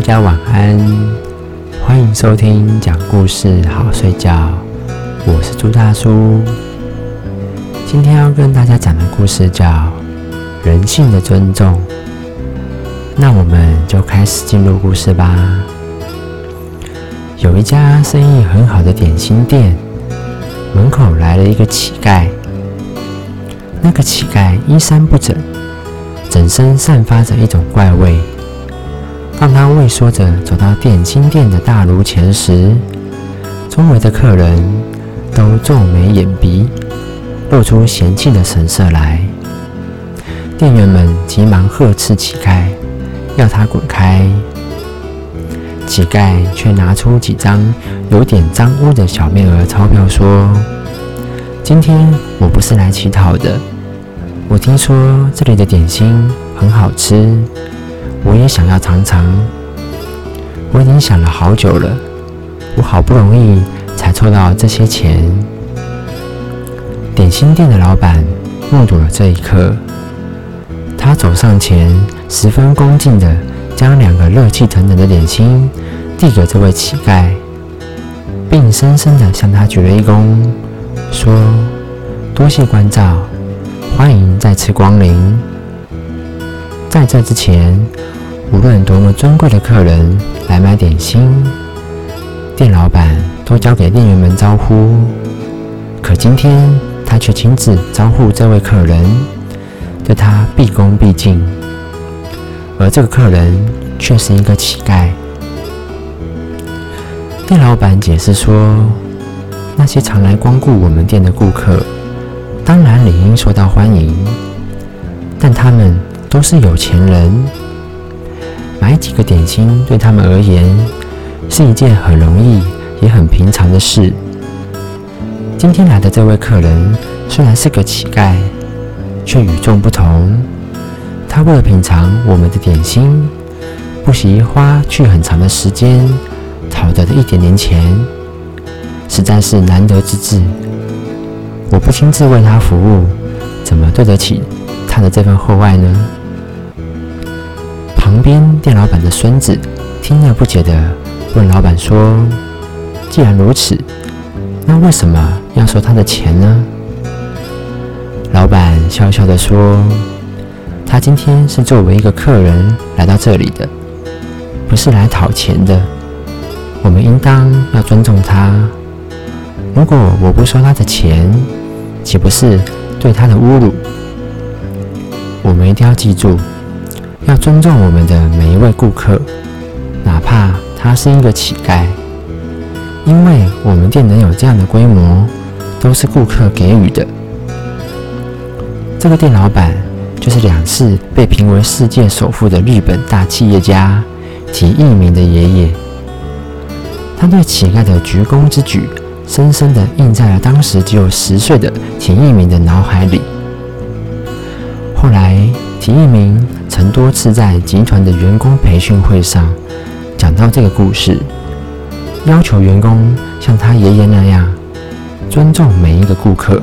家晚安，欢迎收听讲故事好睡觉，我是朱大叔。今天要跟大家讲的故事叫人性的尊重。那我们就开始进入故事吧。有一家生意很好的点心店，门口来了一个乞丐。那个乞丐衣衫不整，整身散发着一种怪味。当他畏缩着走到点心店的大炉前时，周围的客人都皱眉掩鼻，露出嫌弃的神色来。店员们急忙呵斥乞丐，要他滚开。乞丐却拿出几张有点脏污的小面额钞票说：“今天我不是来乞讨的，我听说这里的点心很好吃，我也想要尝尝。我已经想了好久了，我好不容易才凑到这些钱。”点心店的老板目睹了这一刻，他走上前，十分恭敬地将2个热气腾腾的点心递给这位乞丐，并深深地向他鞠了一躬，说：“多谢关照，欢迎再次光临。”在这之前，无论多么尊贵的客人来买点心，店老板都交给店员们招呼。可今天他却亲自招呼这位客人，对他毕恭毕敬。而这个客人却是一个乞丐。店老板解释说，那些常来光顾我们店的顾客，当然理应受到欢迎，但他们都是有钱人，买几个点心对他们而言是一件很容易也很平常的事。今天来的这位客人虽然是个乞丐，却与众不同。他为了品尝我们的点心，不惜花去很长的时间讨得的一点点钱，实在是难得之至。我不亲自为他服务，怎么对得起他的这份厚爱呢？旁边店老板的孙子听了不解地问老板说：“既然如此，那为什么要收他的钱呢？”老板笑笑地说：“他今天是作为一个客人来到这里的，不是来讨钱的。我们应当要尊重他。如果我不收他的钱，岂不是对他的侮辱？我们一定要记住，要尊重我们的每一位顾客，哪怕他是一个乞丐。因为我们店能有这样的规模，都是顾客给予的。”这个店老板就是2次被评为世界首富的日本大企业家田一鸣的爷爷。他对乞丐的鞠躬之举，深深地印在了当时只有10岁的田一鸣的脑海里。后来，田一鸣曾多次在集团的员工培训会上讲到这个故事，要求员工像他爷爷那样尊重每一个顾客。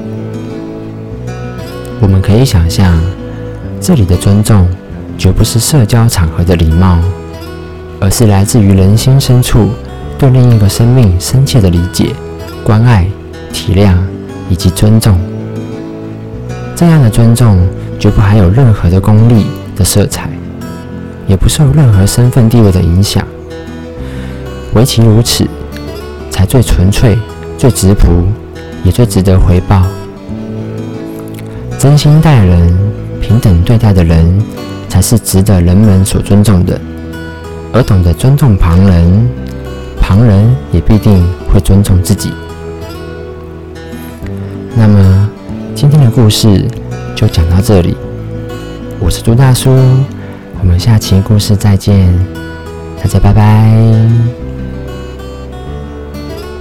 我们可以想象，这里的尊重绝不是社交场合的礼貌，而是来自于人心深处对另一个生命深切的理解、关爱、体谅以及尊重。这样的尊重绝不含有任何的功利的色彩，也不受任何身份地位的影响。唯其如此，才最纯粹、最质朴，也最值得回报。真心待人、平等对待的人，才是值得人们所尊重的。而懂得尊重旁人，旁人也必定会尊重自己。那么，今天的故事就讲到这里。我是朱大叔，我们下期故事再见，大家拜拜。